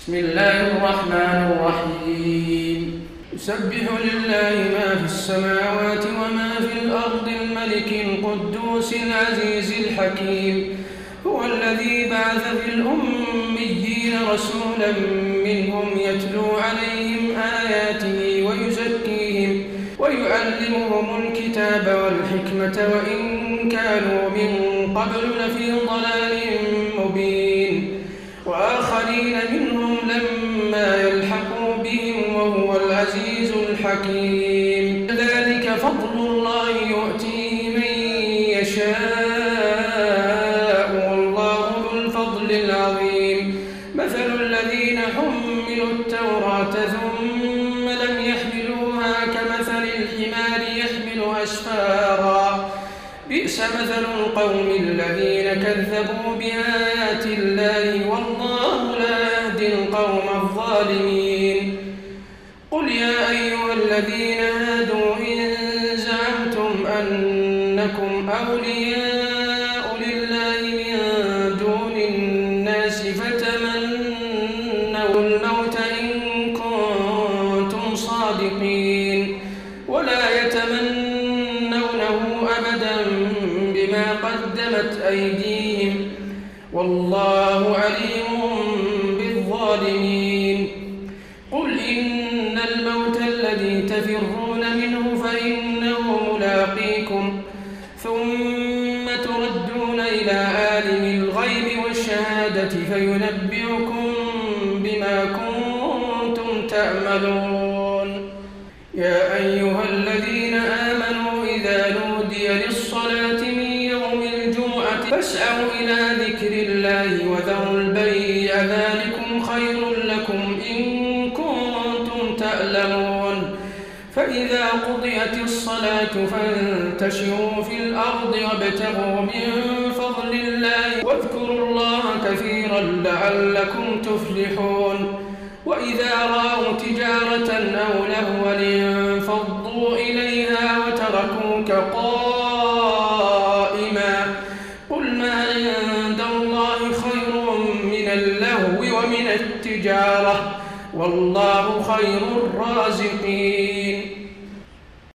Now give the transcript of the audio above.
بسم الله الرحمن الرحيم يسبح لله ما في السماوات وما في الأرض الملك القدوس العزيز الحكيم هو الذي بعث في الأميين رسولا منهم يتلو عليهم آياته ويزكيهم ويعلمهم الكتاب والحكمة وإن كانوا من قبل لفي ضلال مبين وآخرين منهم لما يلحقوا بهم وهو العزيز الحكيم ذلك فضل الله يؤتيه من يشاء والله ذو الفضل العظيم مثل الذين حملوا التوراة ثم لم يحملوها كمثل الحمار يحمل أسفارا بئس مثل القوم الذين كذبوا بآيات الله والله لا يهدي القوم الظالمين قل يا أيها الذين هادوا إن زعمتم أنكم أولياء لله من دون الناس فتمنوا الموت إن كنتم صادقين ولا يتمنونه أبدا بما قدمت أيديهم والله عليم بالظالمين قل إن الموت الذي تفرون منه فإنه ملاقيكم ثم تردون إلى عالم الغيب والشهادة فينبئكم بما كنتم تعملون يا أيها الذين آمنوا إذا نودي للصلاة من يوم الجمعة فاسعوا إلى ذكر الله وذروا البيع ذلكم خير لكم إن كنتم تعلمون فإذا قضيت الصلاة فانتشروا في الأرض وابتغوا من فضل الله واذكروا الله كثيرا لعلكم تفلحون وإذا رأوا تجارة أو لهوا انفضوا إليها وتركوك قائما قل ما عند الله خير من اللهو ومن التجارة والله خير الرازقين